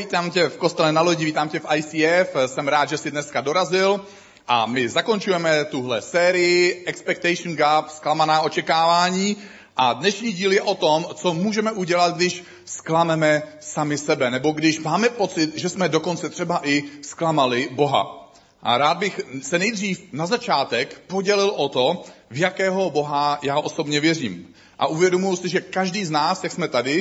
vítám tě v kostele na Lodi, vítám tě v ICF, jsem rád, že jsi dneska dorazil a my zakončujeme tuhle sérii Expectation Gap, zklamaná očekávání a dnešní díl je o tom, co můžeme udělat, když zklameme sami sebe, nebo když máme pocit, že jsme dokonce třeba i zklamali Boha. A rád bych se nejdřív na začátek podělil o to, v jakého Boha já osobně věřím. A uvědomuji si, že každý z nás, jak jsme tady,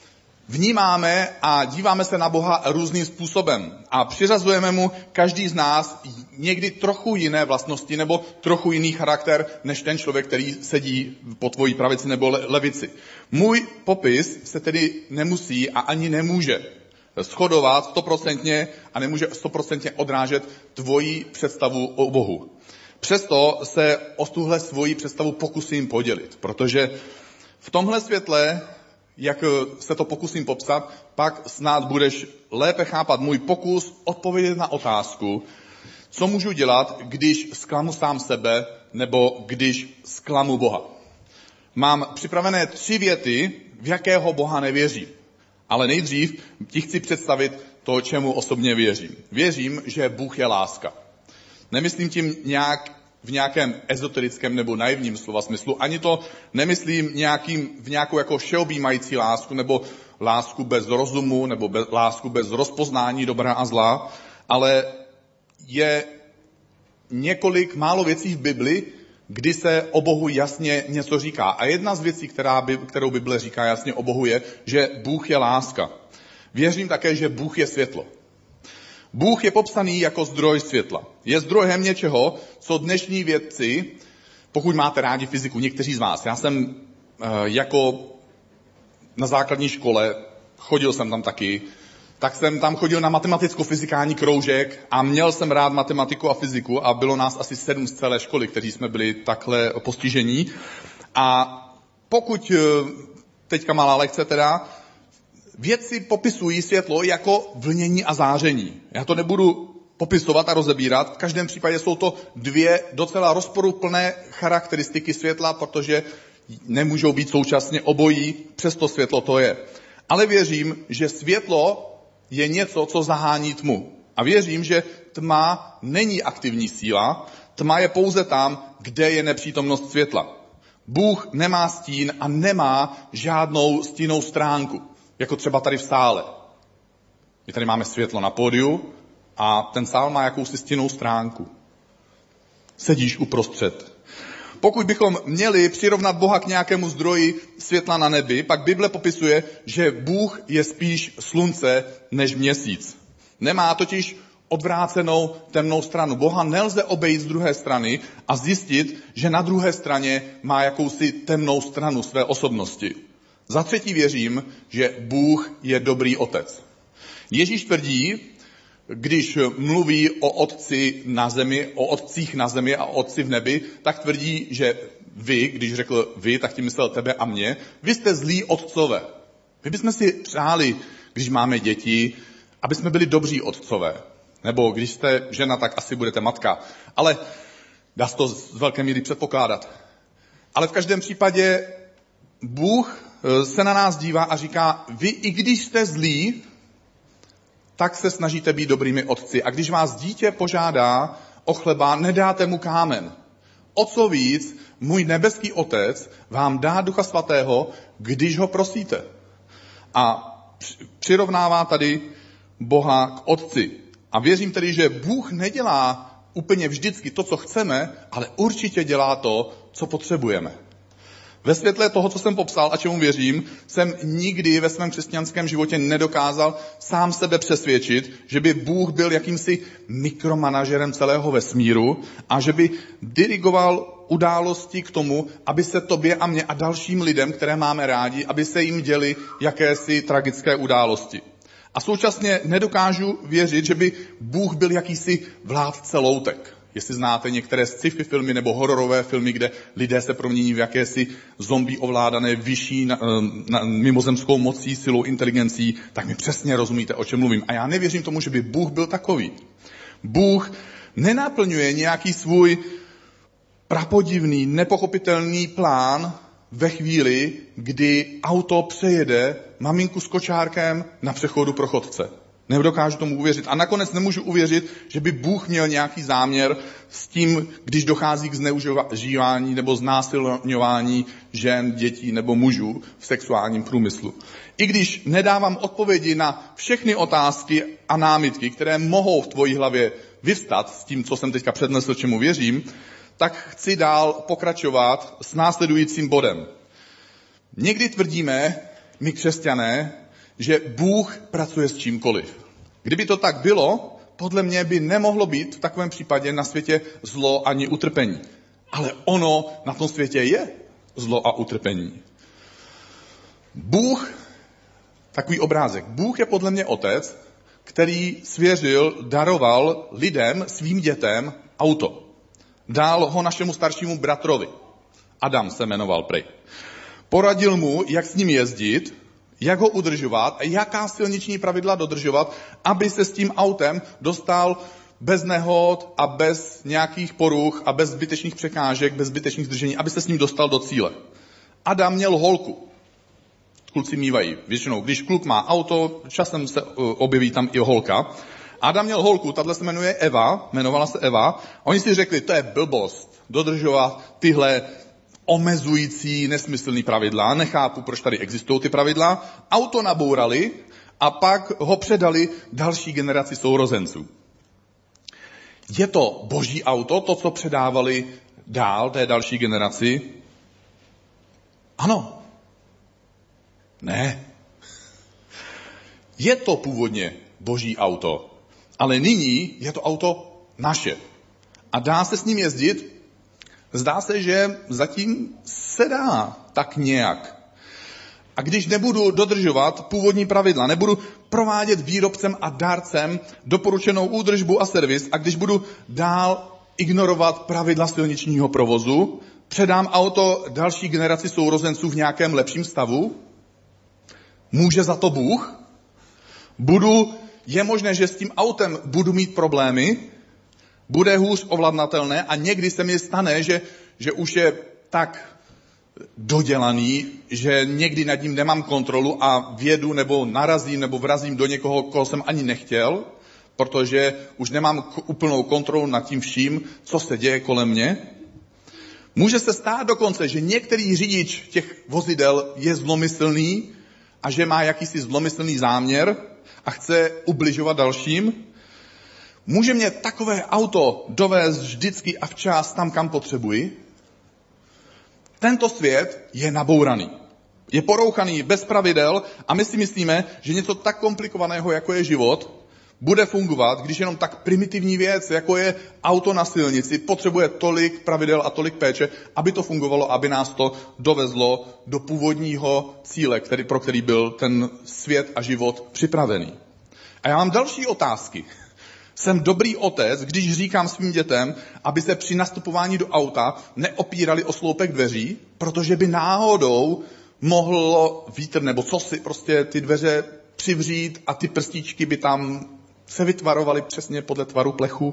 vnímáme a díváme se na Boha různým způsobem a přiřazujeme mu každý z nás někdy trochu jiné vlastnosti nebo trochu jiný charakter než ten člověk, který sedí po tvojí pravici nebo levici. Můj popis se tedy nemusí a ani nemůže shodovat 100% a nemůže 100% odrážet tvoji představu o Bohu. Přesto se o tuhle svoji představu pokusím podělit, protože v tomhle světle, jak se to pokusím popsat, pak snad budeš lépe chápat můj pokus odpovědět na otázku, co můžu dělat, když zklamu sám sebe nebo když zklamu Boha. Mám připravené 3 věty, v jakého Boha nevěřím. Ale nejdřív ti chci představit to, čemu osobně věřím. Věřím, že Bůh je láska. Nemyslím tím v nějakém ezoterickém nebo naivním slova smyslu, ani to nemyslím v nějakou jako všeobjímající lásku, nebo lásku bez rozumu, nebo lásku bez rozpoznání dobra a zla, ale je několik málo věcí v Bibli, kdy se o Bohu jasně něco říká. A jedna z věcí, kterou Bible říká jasně o Bohu, je, že Bůh je láska. Věřím také, že Bůh je světlo. Bůh je popsaný jako zdroj světla. Je zdrojem něčeho, co dnešní vědci, pokud máte rádi fyziku, někteří z vás, já jsem jako na základní škole, chodil jsem tam taky, tak jsem tam chodil na matematicko-fyzikální kroužek a měl jsem rád matematiku a fyziku a bylo nás asi 7 z celé školy, kteří jsme byli takhle postižení. A pokud, teďka malá lekce teda, vědci popisují světlo jako vlnění a záření. Já to nebudu popisovat a rozebírat. V každém případě jsou to 2 docela rozporuplné charakteristiky světla, protože nemůžou být současně obojí, přesto světlo to je. Ale věřím, že světlo je něco, co zahání tmu. A věřím, že tma není aktivní síla, tma je pouze tam, kde je nepřítomnost světla. Bůh nemá stín a nemá žádnou stinnou stránku. Jako třeba tady v sále. My tady máme světlo na pódiu a ten sál má jakousi stinnou stránku. Sedíš uprostřed. Pokud bychom měli přirovnat Boha k nějakému zdroji světla na nebi, pak Bible popisuje, že Bůh je spíš slunce než měsíc. Nemá totiž odvrácenou temnou stranu. Boha nelze obejít z druhé strany a zjistit, že na druhé straně má jakousi temnou stranu své osobnosti. Za třetí věřím, že Bůh je dobrý otec. Ježíš tvrdí, když mluví o otci na zemi, o otcích na zemi a o otci v nebi, tak tvrdí, že vy, když řekl vy, tak tím myslel tebe a mě, vy jste zlí otcové. My bychom si přáli, když máme děti, aby jsme byli dobří otcové. Nebo když jste žena, tak asi budete matka. Ale dá se to z velké míry předpokládat. Ale v každém případě Bůh se na nás dívá a říká, vy i když jste zlí, tak se snažíte být dobrými otci. A když vás dítě požádá o chleba, nedáte mu kámen. O co víc, můj nebeský otec vám dá Ducha Svatého, když ho prosíte. A přirovnává tady Boha k otci. A věřím tedy, že Bůh nedělá úplně vždycky to, co chceme, ale určitě dělá to, co potřebujeme. Ve světle toho, co jsem popsal a čemu věřím, jsem nikdy ve svém křesťanském životě nedokázal sám sebe přesvědčit, že by Bůh byl jakýmsi mikromanažerem celého vesmíru a že by dirigoval události k tomu, aby se tobě a mně a dalším lidem, které máme rádi, aby se jim děly jakési tragické události. A současně nedokážu věřit, že by Bůh byl jakýsi vládce loutek. Jestli znáte některé sci-fi filmy nebo hororové filmy, kde lidé se promění v jakési zombie ovládané vyšší mimozemskou mocí, silou, inteligencí, tak mi přesně rozumíte, o čem mluvím. A já nevěřím tomu, že by Bůh byl takový. Bůh nenaplňuje nějaký svůj prapodivný, nepochopitelný plán ve chvíli, kdy auto přejede maminku s kočárkem na přechodu pro chodce. Nedokážu tomu uvěřit. A nakonec nemůžu uvěřit, že by Bůh měl nějaký záměr s tím, když dochází k zneužívání nebo znásilňování žen, dětí nebo mužů v sexuálním průmyslu. I když nedávám odpovědi na všechny otázky a námitky, které mohou v tvojí hlavě vyvstat s tím, co jsem teďka přednesl, čemu věřím, tak chci dál pokračovat s následujícím bodem. Někdy tvrdíme, my křesťané, že Bůh pracuje s čímkoliv. Kdyby to tak bylo, podle mě by nemohlo být v takovém případě na světě zlo ani utrpení. Ale ono na tom světě je zlo a utrpení. Bůh, takový obrázek, Bůh je podle mě otec, který daroval lidem, svým dětem auto. Dal ho našemu staršímu bratrovi. Adam se jmenoval prej. Poradil mu, jak s ním jezdit, jak ho udržovat a jaká silniční pravidla dodržovat, aby se s tím autem dostal bez nehod a bez nějakých poruch a bez zbytečných překážek, bez zbytečných zdržení, aby se s ním dostal do cíle. Adam měl holku. Kluci mívají. Většinou, když kluk má auto, časem se objeví tam i holka. Adam měl holku, tahle se jmenovala se Eva. A oni si řekli, to je blbost, dodržovat tyhle omezující, nesmyslný pravidla. Nechápu, proč tady existují ty pravidla. Auto nabourali a pak ho předali další generaci sourozenců. Je to boží auto, to, co předávali dál té další generaci? Ano. Ne. Je to původně boží auto, ale nyní je to auto naše. A dá se s ním jezdit? Zdá se, že zatím se dá tak nějak. A když nebudu dodržovat původní pravidla, nebudu provádět výrobcem a dárcem doporučenou údržbu a servis a když budu dál ignorovat pravidla silničního provozu, předám auto další generaci sourozenců v nějakém lepším stavu? Může za to Bůh? Je možné, že s tím autem budu mít problémy, bude hůř ovladnatelné a někdy se mi stane, že už je tak dodělaný, že někdy nad ním nemám kontrolu a vjedu nebo narazím nebo vrazím do někoho, koho jsem ani nechtěl, protože už nemám úplnou kontrolu nad tím vším, co se děje kolem mě. Může se stát dokonce, že některý řidič těch vozidel je zlomyslný a že má jakýsi zlomyslný záměr a chce ubližovat dalším. Může mě takové auto dovést vždycky a včas tam, kam potřebuji? Tento svět je nabouraný. Je porouchaný bez pravidel a my si myslíme, že něco tak komplikovaného, jako je život, bude fungovat, když jenom tak primitivní věc, jako je auto na silnici, potřebuje tolik pravidel a tolik péče, aby to fungovalo, aby nás to dovezlo do původního cíle, pro který byl ten svět a život připravený. A já mám další otázky. Jsem dobrý otec, když říkám svým dětem, aby se při nastupování do auta neopírali o sloupek dveří, protože by náhodou mohlo vítr nebo cosi prostě ty dveře přivřít a ty prstíčky by tam se vytvarovaly přesně podle tvaru plechu.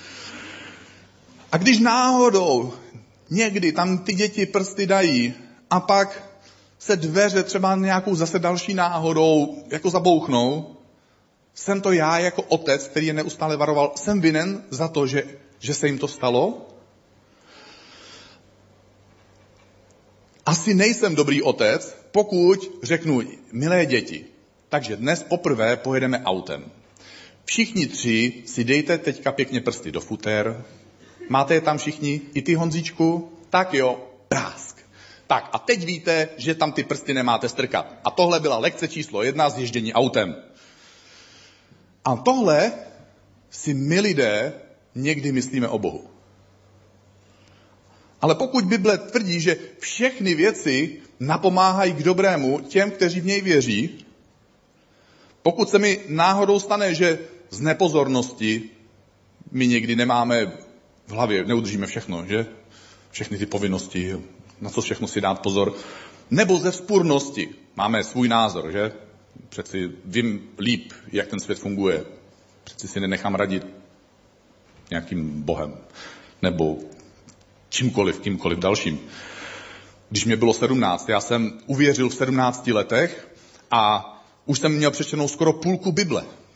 A když náhodou někdy tam ty děti prsty dají a pak se dveře třeba nějakou zase další náhodou jako zabouchnou, jsem to já jako otec, který je neustále varoval, jsem vinen za to, že se jim to stalo? Asi nejsem dobrý otec, pokud řeknu, milé děti, takže dnes poprvé pojedeme autem. Všichni tři si dejte teďka pěkně prsty do futer. Máte je tam všichni? I ty, Honzíčku? Tak jo, prásk. Tak a teď víte, že tam ty prsty nemáte strkat. A tohle byla lekce číslo 1 z ježdění autem. A tohle si my lidé někdy myslíme o Bohu. Ale pokud Bible tvrdí, že všechny věci napomáhají k dobrému těm, kteří v něj věří, pokud se mi náhodou stane, že z nepozornosti my někdy nemáme v hlavě, neudržíme všechno, že? Všechny ty povinnosti, na co všechno si dát pozor. Nebo ze vzpůrnosti máme svůj názor, že? Přeci vím líp, jak ten svět funguje. Přeci si nenechám radit nějakým bohem. Nebo kýmkoliv dalším. Když mě bylo 17, já jsem uvěřil v 17 letech a už jsem měl přečtenou skoro půlku Bible.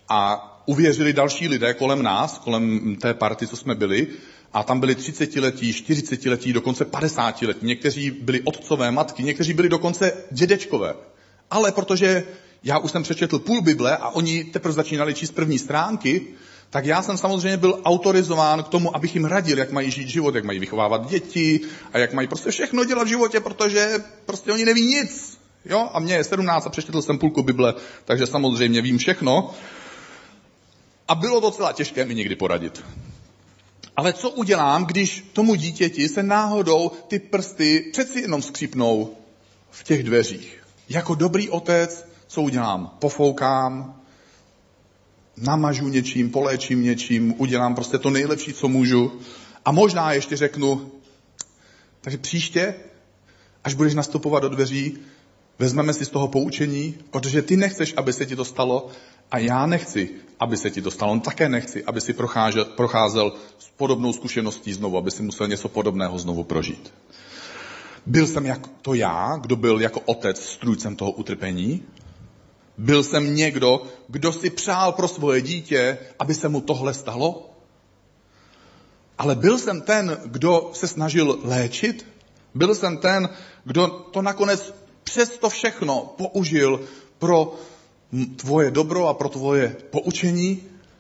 a uvěřili další lidé kolem nás, kolem té party, co jsme byli, a tam byli 30letí, 40letí, dokonce 50letí. Někteří byli otcové, matky, někteří byli dokonce dědečkové. Ale protože já už jsem přečetl půl Bible a oni teprve začínali číst první stránky, tak já jsem samozřejmě byl autorizován k tomu, abych jim radil, jak mají žít život, jak mají vychovávat děti a jak mají prostě všechno dělat v životě, protože prostě oni neví nic. Jo? A mě je 17 a přečetl jsem půlku Bible, takže samozřejmě vím všechno. A bylo docela těžké mi někdy poradit. Ale co udělám, když tomu dítěti se náhodou ty prsty přeci jenom skřípnou v těch dveřích? Jako dobrý otec, co udělám? Pofoukám, namažu něčím, poléčím něčím, udělám prostě to nejlepší, co můžu. A možná ještě řeknu, takže příště, až budeš nastupovat do dveří, vezmeme si z toho poučení, protože ty nechceš, aby se ti to stalo a já nechci, aby se ti to stalo. On také nechci, aby si procházel s podobnou zkušeností znovu, aby si musel něco podobného znovu prožít. Byl jsem jako to já, kdo byl jako otec strůjcem toho utrpení. Byl jsem někdo, kdo si přál pro svoje dítě, aby se mu tohle stalo. Ale byl jsem ten, kdo se snažil léčit. Byl jsem ten, kdo to nakonec přes to všechno použil pro tvoje dobro a pro tvoje poučení.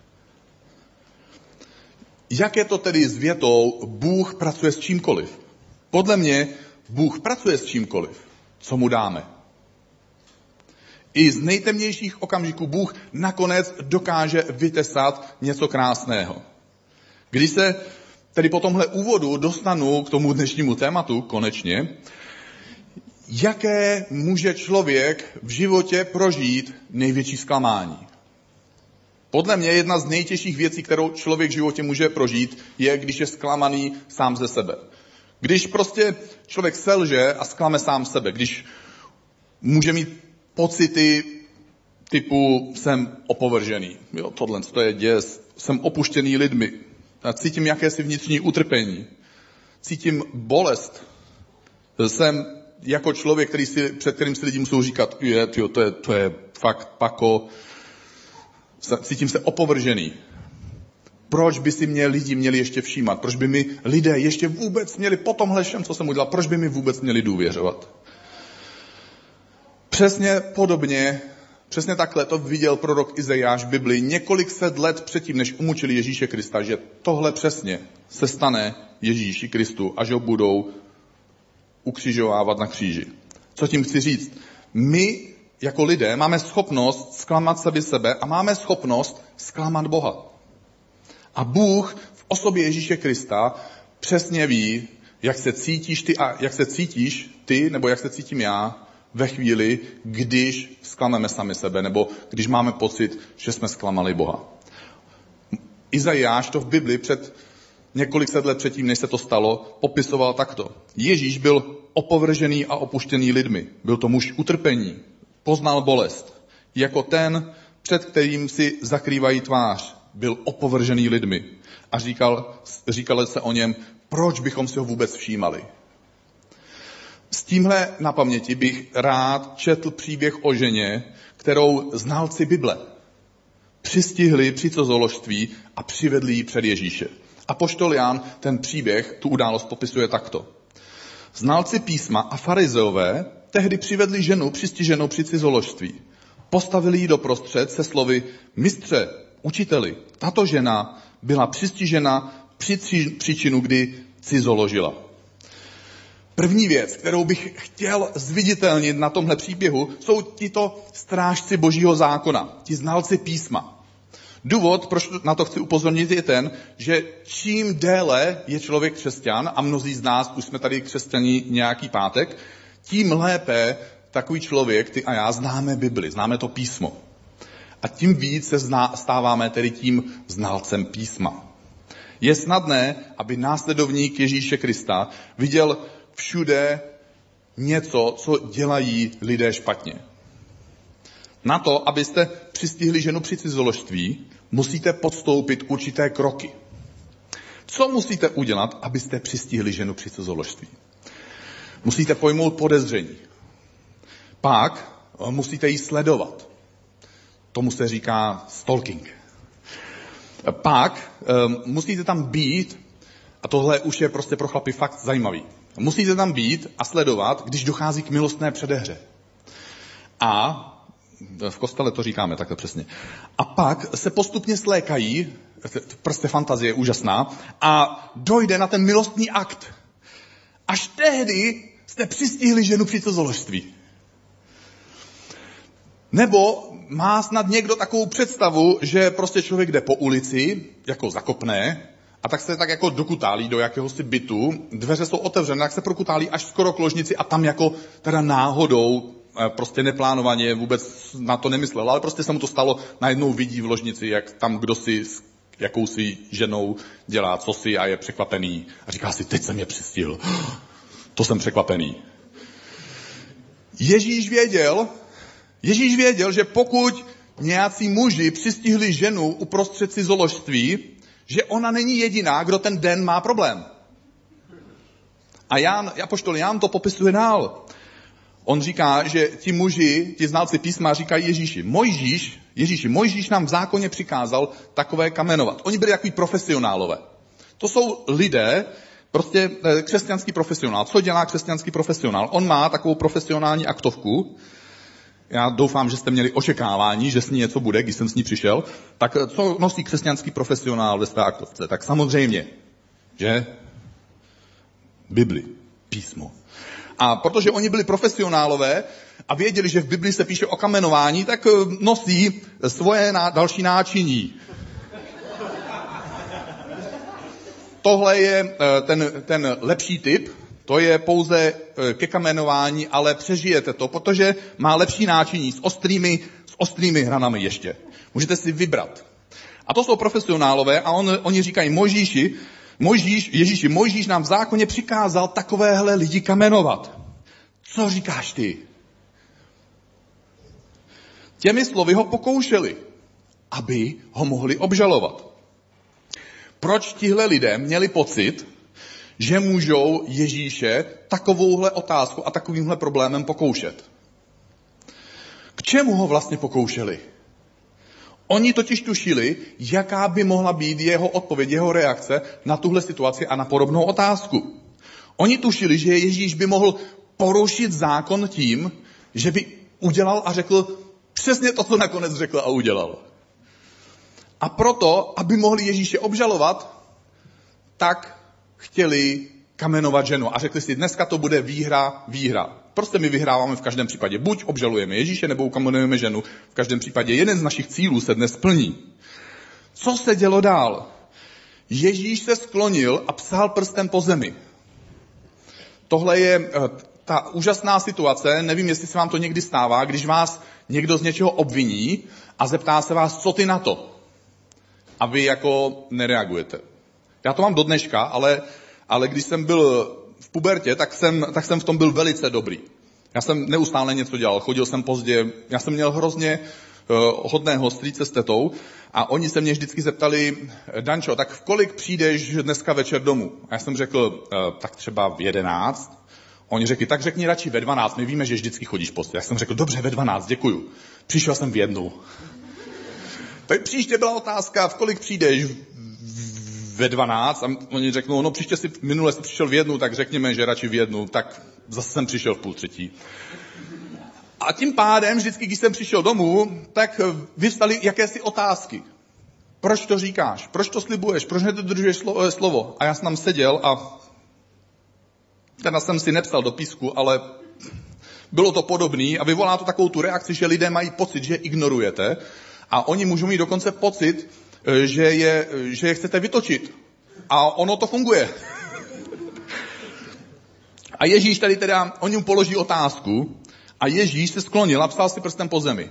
Jak je to tedy s větou, Bůh pracuje s čímkoliv? Podle mě Bůh pracuje s čímkoliv, co mu dáme. I z nejtemnějších okamžiků Bůh nakonec dokáže vytesat něco krásného. Když se tedy po tomhle úvodu dostanu k tomu dnešnímu tématu, konečně, jaké může člověk v životě prožít největší zklamání? Podle mě jedna z nejtěžších věcí, kterou člověk v životě může prožít, je, když je zklamaný sám ze sebe. Když prostě člověk selže a zklame sám sebe, když může mít pocity typu jsem opovržený, jo, tohle to je děs, jsem opuštěný lidmi, a cítím jakési vnitřní utrpení, cítím bolest, jsem jako člověk, před kterým si lidi musou říkat, to je fakt pako, cítím se opovržený. Proč by si mě lidi měli ještě všímat? Proč by mi lidé ještě vůbec měli po tomhle všem, co jsem udělal, proč by mi vůbec měli důvěřovat? Přesně takhle to viděl prorok Izajáš v Biblii několik set let předtím, než umučili Ježíše Krista, že tohle přesně se stane Ježíši Kristu a že ho budou ukřižovávat na kříži. Co tím chci říct? My jako lidé máme schopnost zklamat sebe a máme schopnost zklamat Boha. A Bůh v osobě Ježíše Krista přesně ví, jak se cítíš ty a jak se cítíš ty, nebo jak se cítím já, ve chvíli, když zklameme sami sebe, nebo když máme pocit, že jsme zklamali Boha. Izajáš to v Bibli před několik set let předtím, než se to stalo, popisoval takto. Ježíš byl opovržený a opuštěný lidmi. Byl to muž utrpení. Poznal bolest. Jako ten, před kterým si zakrývají tvář. Byl opovržený lidmi. A říkalo se o něm, proč bychom si ho vůbec všímali. S tímhle na paměti bych rád četl příběh o ženě, kterou znalci Bible přistihli při cizoložství a přivedli ji před Ježíše. Apoštol Jan ten příběh, tu událost popisuje takto. Znalci písma a farizeové tehdy přivedli ženu přistiženou při cizoložství. Postavili ji doprostřed se slovy, mistře, učiteli, tato žena byla přistižena při příčinu, kdy cizoložila. První věc, kterou bych chtěl zviditelnit na tomhle příběhu, jsou tito strážci Božího zákona, ti znalci písma. Důvod, proč na to chci upozornit, je ten, že čím déle je člověk křesťan, a mnozí z nás už jsme tady křesťaní nějaký pátek, tím lépe takový člověk, ty a já, známe Bibli, známe to písmo. A tím víc se stáváme tedy tím znalcem písma. Je snadné, aby následovník Ježíše Krista viděl všude něco, co dělají lidé špatně. Na to, abyste přistihli ženu při cizoložství, musíte podstoupit určité kroky. Co musíte udělat, abyste přistihli ženu při cizoložství? Musíte pojmout podezření. Pak musíte ji sledovat. Tomu se říká stalking. Pak musíte tam být, a tohle už je prostě pro chlapy fakt zajímavý, musíte tam být a sledovat, když dochází k milostné předehře. A v kostele to říkáme takhle přesně. A pak se postupně slékají, prostě fantazie je úžasná, a dojde na ten milostný akt. Až tehdy jste přistihli ženu při cizoložství. Nebo má snad někdo takovou představu, že prostě člověk jde po ulici, jako zakopne, a tak se tak jako dokutálí do jakéhosi bytu, dveře jsou otevřené, tak se prokutálí až skoro k ložnici a tam jako teda náhodou, prostě neplánovaně, vůbec na to nemyslel, ale prostě se mu to stalo, najednou vidí v ložnici, jak tam kdo si s jakousi ženou dělá cosi a je překvapený. A říká si, teď jsem je přistihl. To jsem překvapený. Ježíš věděl, že pokud nějací muži přistihli ženu uprostřed cizoložství, že ona není jediná, kdo ten den má problém. A apoštol Jan to popisuje dál. On říká, že ti muži, ti znalci písma říkají Mojžíš nám v zákoně přikázal takové kamenovat. Oni byli takový profesionálové. To jsou lidé, prostě křesťanský profesionál. Co dělá křesťanský profesionál? On má takovou profesionální aktovku. Já doufám, že jste měli očekávání, že s ní něco bude, když jsem s ní přišel. Tak co nosí křesťanský profesionál ve své aktovce? Tak samozřejmě, že Bibli, písmo. A protože oni byli profesionálové a věděli, že v Biblii se píše o kamenování, tak nosí svoje další náčiní. Tohle je ten lepší typ, to je pouze ke kamenování, ale přežijete to, protože má lepší náčiní s ostrými hranami ještě. Můžete si vybrat. A to jsou profesionálové a oni říkají Mojžíš nám v zákoně přikázal takovéhle lidi kamenovat. Co říkáš ty? Těmi slovy ho pokoušeli, aby ho mohli obžalovat. Proč tihle lidé měli pocit, že můžou Ježíše takovouhle otázku a takovýmhle problémem pokoušet? K čemu ho vlastně pokoušeli? Oni totiž tušili, jaká by mohla být jeho odpověď, jeho reakce na tuhle situaci a na podobnou otázku. Oni tušili, že Ježíš by mohl porušit zákon tím, že by udělal a řekl přesně to, co nakonec řekl a udělal. A proto, aby mohli Ježíše obžalovat, tak chtěli kamenovat ženu. A řekli si, dneska to bude výhra. Prostě my vyhráváme v každém případě. Buď obžalujeme Ježíše, nebo kamenujeme ženu. V každém případě jeden z našich cílů se dnes splní. Co se dělo dál? Ježíš se sklonil a psal prstem po zemi. Tohle je ta úžasná situace, nevím, jestli se vám to někdy stává, když vás někdo z něčeho obviní a zeptá se vás, co ty na to? A vy jako nereagujete. Já to mám do dneška, ale když jsem byl v pubertě, tak jsem v tom byl velice dobrý. Já jsem neustále něco dělal, chodil jsem pozdě, já jsem měl hrozně hodného strýce s tetou a oni se mě vždycky zeptali, Dančo, tak v kolik přijdeš dneska večer domů? A já jsem řekl, tak třeba v 11. Oni řekli, tak řekni radši ve 12, my víme, že vždycky chodíš pozdě. Já jsem řekl, dobře, ve 12, děkuju. Přišel jsem v 1. Tak příště byla otázka, v kolik přijdeš ve 12 a oni řeknou, no příště minule jsi přišel v 1, tak řekněme, že radši v 1, tak zase jsem přišel v 2:30. A tím pádem, vždycky, když jsem přišel domů, tak vyvstaly jakési otázky. Proč to říkáš? Proč to slibuješ? Proč nedodržuješ slovo? A já jsem tam seděl a teda jsem si nepsal do písku, ale bylo to podobný a vyvolá to takovou tu reakci, že lidé mají pocit, že ignorujete a oni můžou mít dokonce pocit, že je chcete vytočit. A ono to funguje. A Ježíš tady teda, oni mu položí otázku a Ježíš se sklonil a psal si prstem po zemi.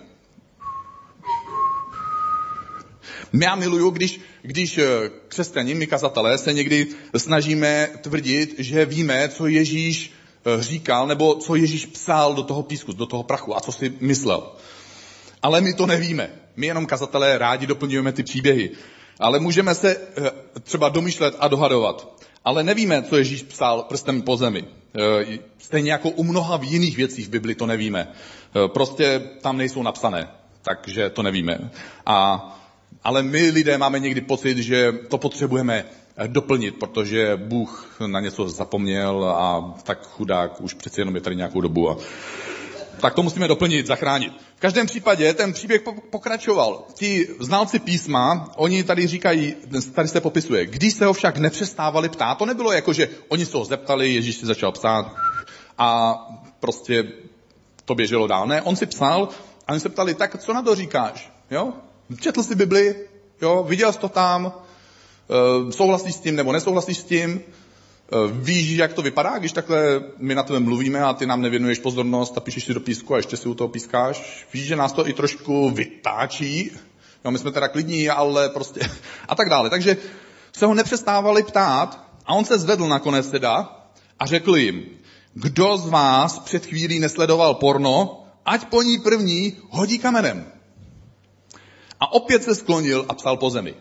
Já miluju, když křesťané, my kazatelé, se někdy snažíme tvrdit, že víme, co Ježíš říkal, nebo co Ježíš psal do toho písku, do toho prachu a co si myslel. Ale my to nevíme. My jenom kazatelé rádi doplňujeme ty příběhy. Ale můžeme se třeba domýšlet a dohadovat. Ale nevíme, co Ježíš psal prstem po zemi. Stejně jako u mnoha jiných věcí v Bibli to nevíme. Prostě tam nejsou napsané. takže to nevíme. Ale my lidé máme někdy pocit, že to potřebujeme doplnit, protože Bůh na něco zapomněl a tak chudák už přeci jenom je tady nějakou dobu. A tak to musíme doplnit, zachránit. V každém případě ten příběh pokračoval. Ti znalci písma, oni tady říkají, tady se popisuje, když se ho však nepřestávali ptát, to nebylo jako, že oni se ho zeptali, Ježíš si začal psát a prostě to běželo dál. Ne, on si psal a oni se ptali, tak co na to říkáš? Jo? Četl jsi Bibli? Jo? Viděl jsi to tam? Souhlasíš s tím nebo nesouhlasíš s tím? Víš, jak to vypadá, když takhle my na tebe mluvíme a ty nám nevěnuješ pozornost a píšeš si do písku a ještě si u toho pískáš? Víš, že nás to i trošku vytáčí? No, my jsme teda klidní, ale prostě a tak dále. Takže se ho nepřestávali ptát a on se zvedl nakonec teda a řekl jim, kdo z vás před chvílí nesledoval porno, ať po ní první hodí kamenem. A opět se sklonil a psal po zemi.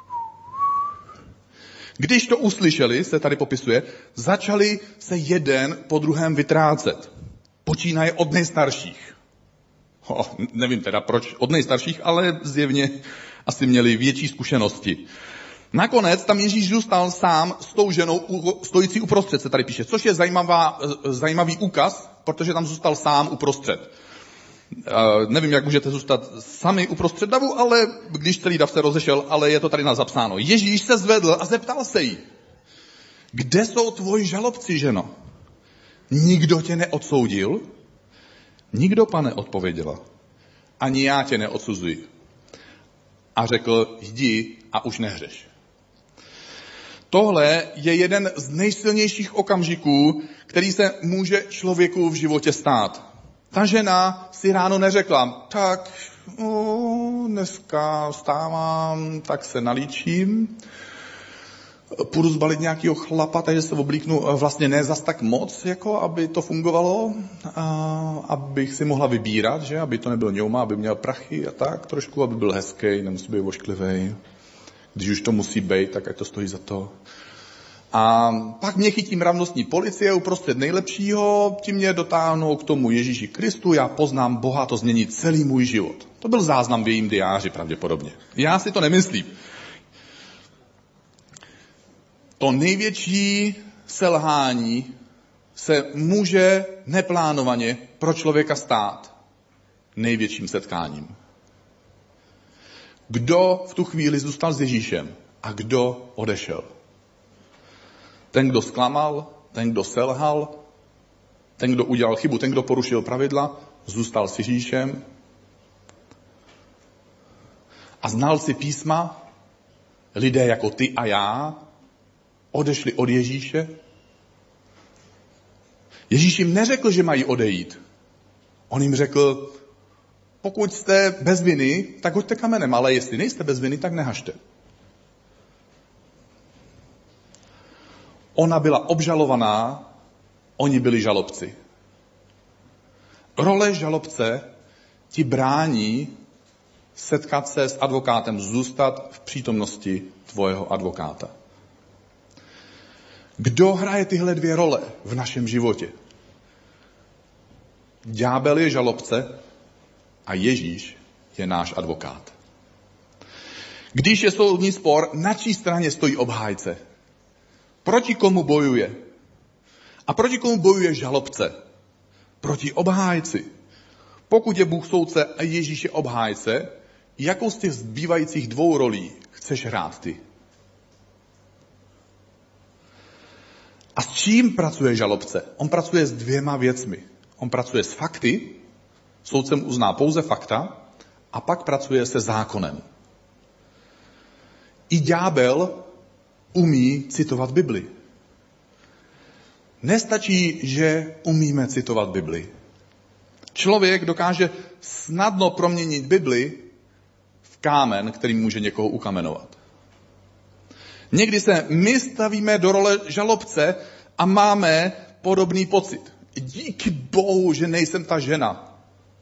Když to uslyšeli, se tady popisuje, začali se jeden po druhém vytrácet. Počínaje od nejstarších. Nevím teda proč od nejstarších, ale zjevně asi měli větší zkušenosti. Nakonec tam Ježíš zůstal sám s tou ženou stojící uprostřed, se tady píše, což je zajímavý úkaz, protože tam zůstal sám uprostřed. Nevím, jak můžete zůstat sami uprostřed davu, ale když celý dav se rozešel, ale je to tady zapsáno. Ježíš se zvedl a zeptal se jí, kde jsou tvoji žalobci, ženo? Nikdo tě neodsoudil? Nikdo, pane, odpověděla. Ani já tě neodsuzuji. A řekl, jdi a už nehřeš. Tohle je jeden z nejsilnějších okamžiků, který se může člověku v životě stát. Ta žena si ráno neřekla, tak dneska vstávám, tak se nalíčím, půjdu zbalit nějakého chlapa, takže se oblíknu vlastně ne zas tak moc, jako aby to fungovalo, abych si mohla vybírat, že? Aby to nebyl ňouma, aby měl prachy a tak trošku, aby byl hezký, nemusí být ošklivý. Když už to musí být, tak ať to stojí za to. A pak mě chytí mravnostní policie uprostřed nejlepšího, ti mě dotáhnou k tomu Ježíši Kristu, já poznám Boha, to změní celý můj život. To byl záznam v jejím diáři pravděpodobně. Já si to nemyslím. To největší selhání se může neplánovaně pro člověka stát největším setkáním. Kdo v tu chvíli zůstal s Ježíšem a kdo odešel? Ten, kdo zklamal, ten, kdo selhal, ten, kdo udělal chybu, ten, kdo porušil pravidla, zůstal s Ježíšem. A znalci písma, lidé jako ty a já, odešli od Ježíše. Ježíš jim neřekl, že mají odejít. On jim řekl, pokud jste bez viny, tak hoďte kamenem, ale jestli nejste bez viny, tak nehažte. Ona byla obžalovaná, oni byli žalobci. Role žalobce ti brání setkat se s advokátem, zůstat v přítomnosti tvojeho advokáta. Kdo hraje tyhle dvě role v našem životě? Ďábel je žalobce a Ježíš je náš advokát. Když je soudní spor, na čí straně stojí obhájce? Proti komu bojuje? A proti komu bojuje žalobce? Proti obhájci. Pokud je Bůh soudce a Ježíš je obhájce, jakou z těch zbývajících dvou rolí chceš hrát ty? A s čím pracuje žalobce? On pracuje s dvěma věcmi. On pracuje s fakty, soudcem uzná pouze fakta, a pak pracuje se zákonem. I ďábel umí citovat Bibli. Nestačí, že umíme citovat Bibli. Člověk dokáže snadno proměnit Bibli v kámen, který může někoho ukamenovat. Někdy se my stavíme do role žalobce a máme podobný pocit. Díky Bohu, že nejsem ta žena.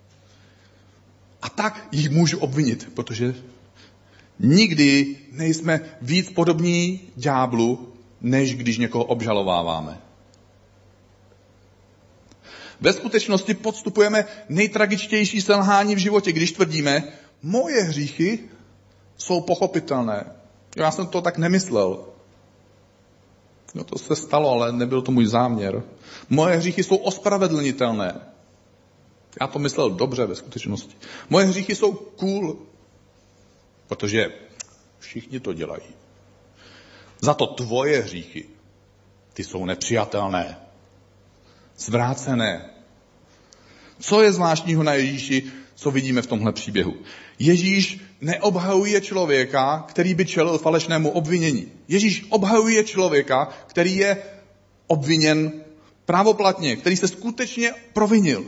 A tak ji můžu obvinit, protože nikdy nejsme víc podobní ďáblu, než když někoho obžalováváme. Ve skutečnosti podstupujeme nejtragičtější selhání v životě, když tvrdíme, moje hříchy jsou pochopitelné. Já jsem to tak nemyslel. No to se stalo, ale nebyl to můj záměr. Moje hříchy jsou ospravedlnitelné. Já to myslel dobře ve skutečnosti. Moje hříchy jsou cool, protože všichni to dělají. Za to tvoje hříchy, ty jsou nepřijatelné, zvrácené. Co je zvláštního na Ježíši, co vidíme v tomhle příběhu? Ježíš neobhajuje člověka, který by čelil falešnému obvinění. Ježíš obhajuje člověka, který je obviněn právoplatně, který se skutečně provinil.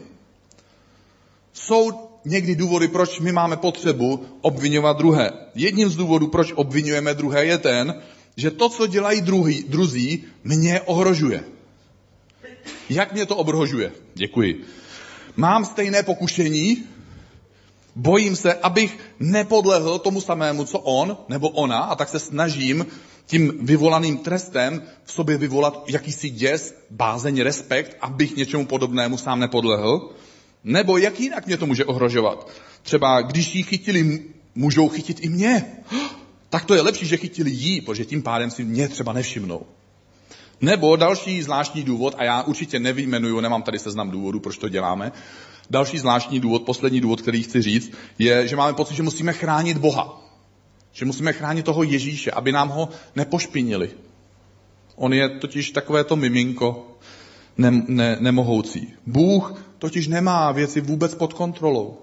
Jsou někdy důvody, proč my máme potřebu obviňovat druhé. Jedním z důvodů, proč obvinujeme druhé, je ten, že to, co dělají druzí, mě ohrožuje. Jak mě to ohrožuje? Děkuji. Mám stejné pokušení, bojím se, abych nepodlehl tomu samému, co on nebo ona, a tak se snažím tím vyvolaným trestem v sobě vyvolat jakýsi děs, bázeň, respekt, abych něčemu podobnému sám nepodlehl. Nebo jak jinak mě to může ohrožovat? Třeba když jí chytili, můžou chytit i mě. Tak to je lepší, že chytili jí, protože tím pádem si mě třeba nevšimnou. Nebo další zvláštní důvod, a já určitě nevyjmenuju, nemám tady seznam důvodů, proč to děláme. Další zvláštní důvod, poslední důvod, který chci říct, je, že máme pocit, že musíme chránit Boha. Že musíme chránit toho Ježíše, aby nám ho nepošpinili. On je totiž takovéto miminko nemohoucí. Bůh totiž nemá věci vůbec pod kontrolou.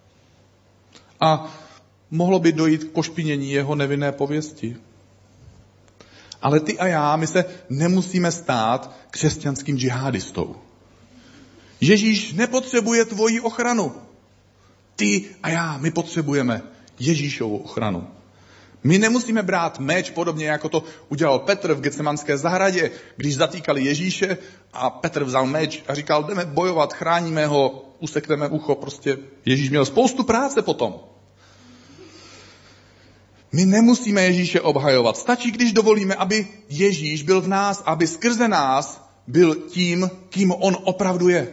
A mohlo by dojít k pošpinění jeho nevinné pověsti. Ale ty a já, my se nemusíme stát křesťanským džihadistou. Ježíš nepotřebuje tvoji ochranu. Ty a já, my potřebujeme Ježíšovu ochranu. My nemusíme brát meč, podobně jako to udělal Petr v Getsemanské zahradě, když zatýkali Ježíše a Petr vzal meč a říkal, jdeme bojovat, chráníme ho, usekneme ucho, prostě Ježíš měl spoustu práce potom. My nemusíme Ježíše obhajovat. Stačí, když dovolíme, aby Ježíš byl v nás, aby skrze nás byl tím, kým on opravdu je.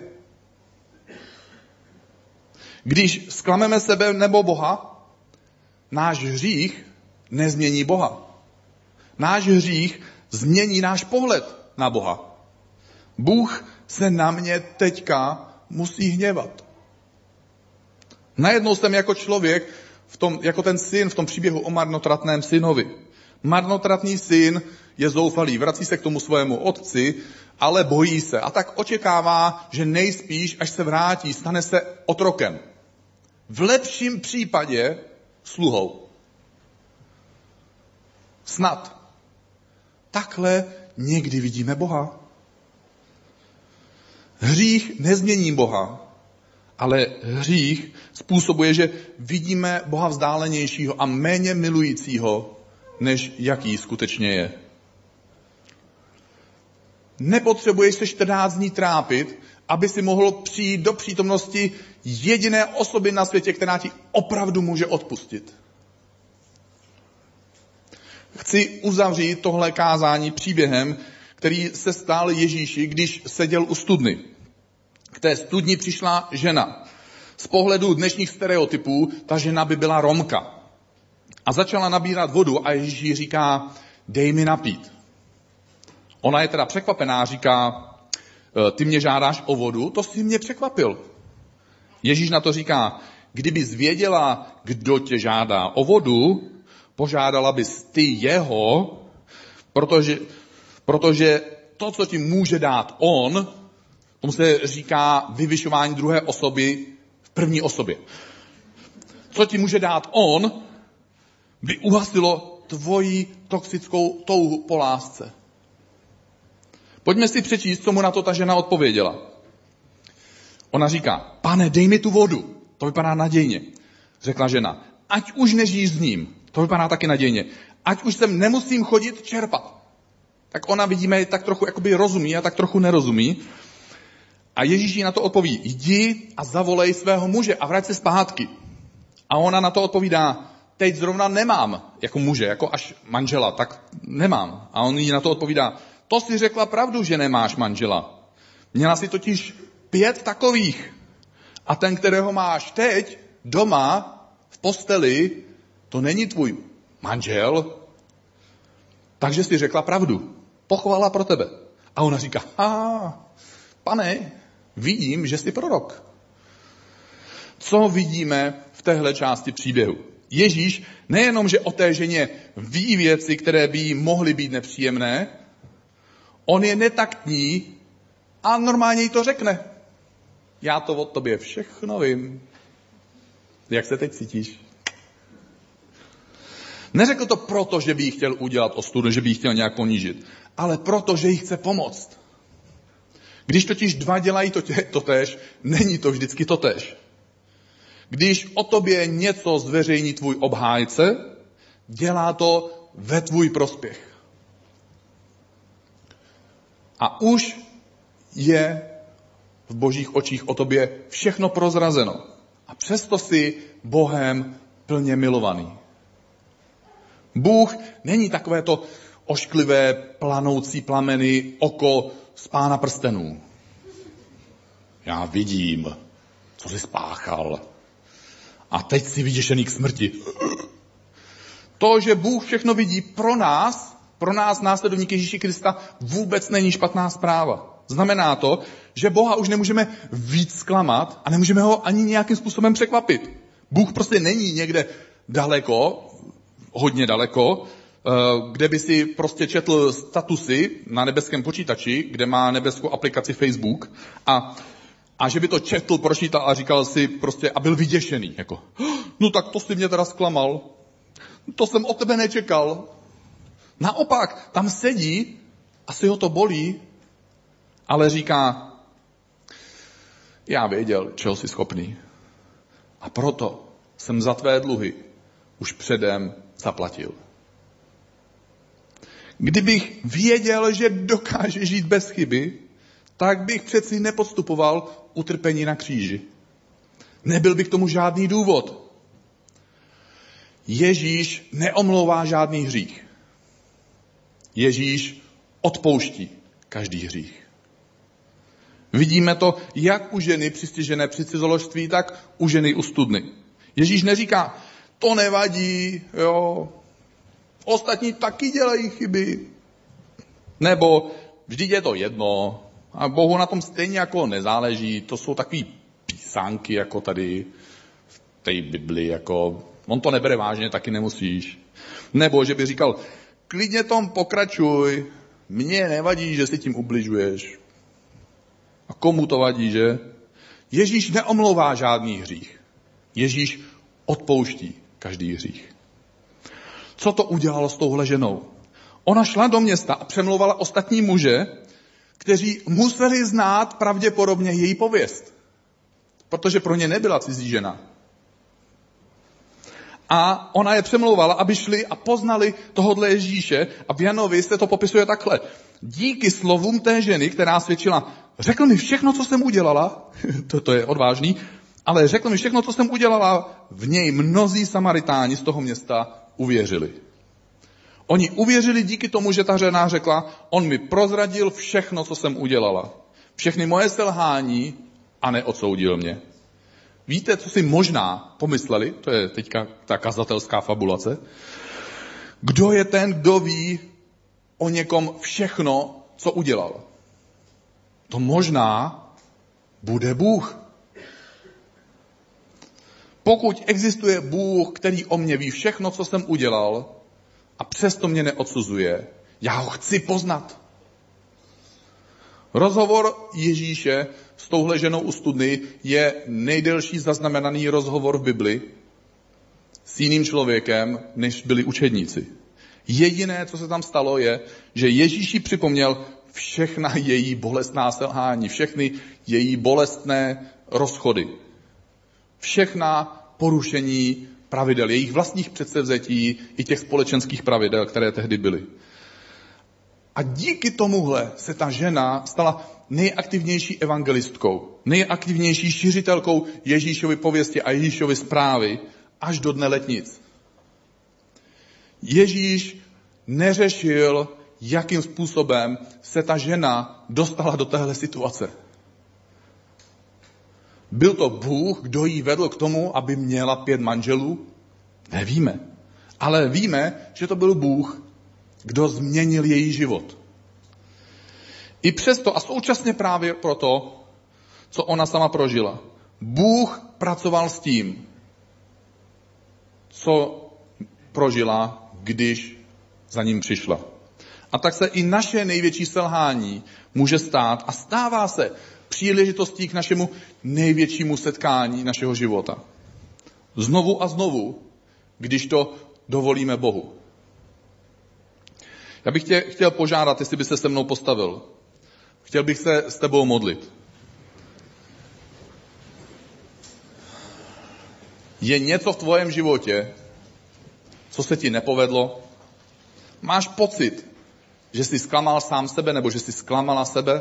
Když zklameme sebe nebo Boha, náš hřích nezmění Boha. Náš hřích změní náš pohled na Boha. Bůh se na mě teďka musí hněvat. Najednou jsem jako člověk, jako ten syn v tom příběhu o marnotratném synovi. Marnotratný syn je zoufalý, vrací se k tomu svému otci, ale bojí se a tak očekává, že nejspíš, až se vrátí, stane se otrokem. V lepším případě sluhou. Snad. Takhle někdy vidíme Boha. Hřích nezmění Boha, ale hřích způsobuje, že vidíme Boha vzdálenějšího a méně milujícího, než jaký skutečně je. Nepotřebuješ se 14 dní trápit, aby si mohl přijít do přítomnosti jediné osoby na světě, která ti opravdu může odpustit. Chci uzavřít tohle kázání příběhem, který se stal Ježíši, když seděl u studny. K té studni přišla žena. Z pohledu dnešních stereotypů ta žena by byla Romka. A začala nabírat vodu a Ježíš jí říká, dej mi napít. Ona je teda překvapená, říká, ty mě žádáš o vodu, to jsi mě překvapil. Ježíš na to říká, kdybys věděla, kdo tě žádá o vodu, požádala bys ty jeho, protože to, co ti může dát on, tomu se říká vyvyšování druhé osoby v první osobě. Co ti může dát on, by uhasilo tvoji toxickou touhu po lásce. Pojďme si přečíst, co mu na to ta žena odpověděla. Ona říká, pane, dej mi tu vodu. To vypadá nadějně. Řekla žena, ať už nežiješ s ním. To vypadá taky nadějně. Ať už sem nemusím chodit čerpat. Tak ona, vidíme, tak trochu jakoby rozumí a tak trochu nerozumí. A Ježíš jí na to odpoví, jdi a zavolej svého muže a vrať se zpátky. A ona na to odpovídá, teď zrovna nemám jako muže, jako až manžela, tak nemám. A on jí na to odpovídá, to si řekla pravdu, že nemáš manžela. Měla si totiž 5 takových. A ten, kterého máš teď doma v posteli, to není tvůj manžel. Takže si řekla pravdu. Pochvala pro tebe. A ona říká, pane, vidím, že jsi prorok. Co vidíme v téhle části příběhu? Ježíš nejenom, že o té ženě ví věci, které by jí mohly být nepříjemné, on je netaktní a normálně jí to řekne. Já to o tobě všechno vím. Jak se teď cítíš? Neřekl to proto, že by jí chtěl udělat ostudu, že by jí chtěl nějak ponížit, ale proto, že jí chce pomoct. Když totiž 2 dělají totéž, není to vždycky totéž. Když o tobě něco zveřejní tvůj obhájce, dělá to ve tvůj prospěch. A už je v božích očích o tobě všechno prozrazeno. A přesto jsi Bohem plně milovaný. Bůh není takové to ošklivé, planoucí plameny oko z Pána prstenů. Já vidím, co jsi spáchal. A teď jsi vyděšený k smrti. To, že Bůh všechno vidí pro nás následovníky Ježíše Krista, vůbec není špatná zpráva. Znamená to, že Boha už nemůžeme víc zklamat a nemůžeme ho ani nějakým způsobem překvapit. Bůh prostě není někde daleko, hodně daleko, kde by si prostě četl statusy na nebeském počítači, kde má nebeskou aplikaci Facebook a že by to četl, pročítal a říkal si prostě a byl vyděšený. Jako, no tak to si mě teda zklamal. To jsem od tebe nečekal. Naopak, tam sedí, asi ho to bolí, ale říká, já věděl, čeho jsi schopný. A proto jsem za tvé dluhy už předem zaplatil. Kdybych věděl, že dokáže žít bez chyby, tak bych přeci nepodstupoval utrpení na kříži. Nebyl by k tomu žádný důvod. Ježíš neomlouvá žádný hřích. Ježíš odpouští každý hřích. Vidíme to jak u ženy přistižené při cizoložství, tak u ženy u studny. Ježíš neříká, to nevadí, jo, ostatní taky dělají chyby. Nebo vždyť je to jedno a Bohu na tom stejně jako nezáleží. To jsou takový písánky jako tady v té Bibli, jako on to nebere vážně, taky nemusíš. Nebo že by říkal, klidně tom pokračuj, mně nevadí, že si tím ubližuješ. A komu to vadí, že? Ježíš neomlouvá žádný hřích. Ježíš odpouští každý hřích. Co to udělalo s touhle ženou? Ona šla do města a přemlouvala ostatní muže, kteří museli znát pravděpodobně její pověst. Protože pro ně nebyla cizí žena. A ona je přemlouvala, aby šli a poznali tohodle Ježíše. A v Janovi se to popisuje takhle. Díky slovům té ženy, která svědčila, řekl mi všechno, co jsem udělala, to je odvážný, ale řekl mi všechno, co jsem udělala, v něj mnozí Samaritáni z toho města uvěřili. Oni uvěřili díky tomu, že ta žena řekla, on mi prozradil všechno, co jsem udělala. Všechny moje selhání a neodsoudil mě. Víte, co si možná pomysleli? To je teďka ta kazatelská fabulace. Kdo je ten, kdo ví o někom všechno, co udělal? To možná bude Bůh. Pokud existuje Bůh, který o mě ví všechno, co jsem udělal, a přesto mě neodsuzuje, já ho chci poznat. Rozhovor Ježíše s touhle ženou u studny je nejdelší zaznamenaný rozhovor v Bibli s jiným člověkem, než byli učedníci. Jediné, co se tam stalo, je, že Ježíši připomněl všechna její bolestná selhání, všechny její bolestné rozchody, všechna porušení pravidel, jejich vlastních předsevzetí i těch společenských pravidel, které tehdy byly. A díky tomuhle se ta žena stala nejaktivnější evangelistkou, nejaktivnější šířitelkou Ježíšovy pověsti a Ježíšovy zprávy až do dne letnic. Ježíš neřešil, jakým způsobem se ta žena dostala do téhle situace. Byl to Bůh, kdo ji vedl k tomu, aby měla 5 manželů? Nevíme. Ale víme, že to byl Bůh, kdo změnil její život. I přesto a současně právě proto, co ona sama prožila. Bůh pracoval s tím, co prožila, když za ním přišla. A tak se i naše největší selhání může stát a stává se příležitostí k našemu největšímu setkání našeho života. Znovu a znovu, když to dovolíme Bohu. Já bych tě chtěl požádat, jestli by se se mnou postavil. Chtěl bych se s tebou modlit. Je něco v tvém životě, co se ti nepovedlo? Máš pocit, že jsi zklamal sám sebe, nebo že jsi zklamala sebe?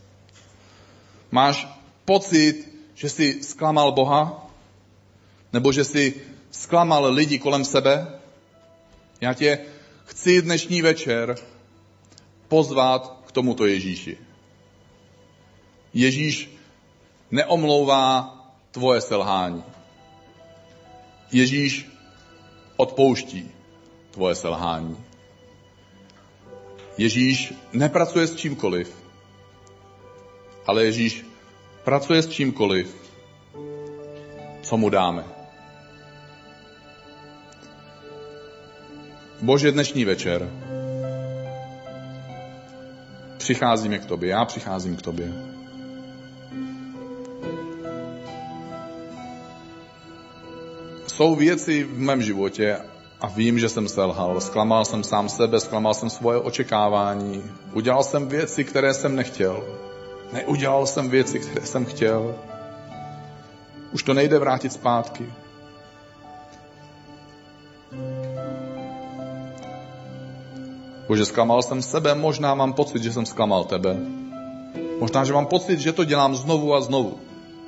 Máš pocit, že jsi zklamal Boha? Nebo že jsi zklamal lidi kolem sebe? Já tě chci dnešní večer pozvat k tomuto Ježíši. Ježíš neomlouvá tvoje selhání. Ježíš odpouští tvoje selhání. Ježíš nepracuje s čímkoliv, ale Ježíš pracuje s čímkoliv, co mu dáme. Bože, dnešní večer přicházíme k tobě, já přicházím k tobě. Jsou věci v mém životě a vím, že jsem selhal. Zklamal jsem sám sebe, zklamal jsem svoje očekávání. Udělal jsem věci, které jsem nechtěl. Neudělal jsem věci, které jsem chtěl. Už to nejde vrátit zpátky. Bože, zklamal jsem sebe, možná mám pocit, že jsem zklamal tebe. Možná, že mám pocit, že to dělám znovu a znovu.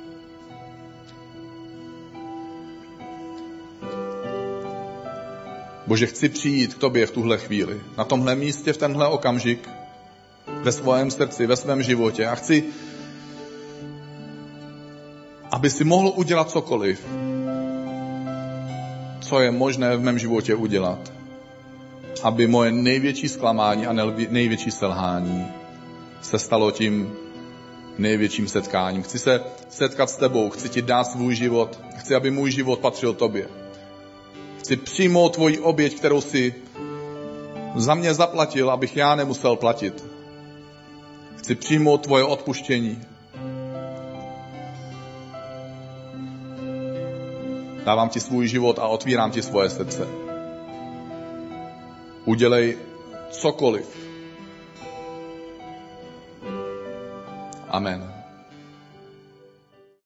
Bože, chci přijít k tobě v tuhle chvíli, na tomhle místě, v tenhle okamžik, ve svém srdci, ve svém životě. A chci, aby si mohl udělat cokoliv, co je možné v mém životě udělat. Aby moje největší zklamání a největší selhání se stalo tím největším setkáním. Chci se setkat s tebou, chci ti dát svůj život, chci, aby můj život patřil tobě. Chci přijmout tvoji oběť, kterou jsi za mě zaplatil, abych já nemusel platit. Chci přijmout tvoje odpuštění. Dávám ti svůj život a otvírám ti svoje srdce. Udělej cokoliv. Amen.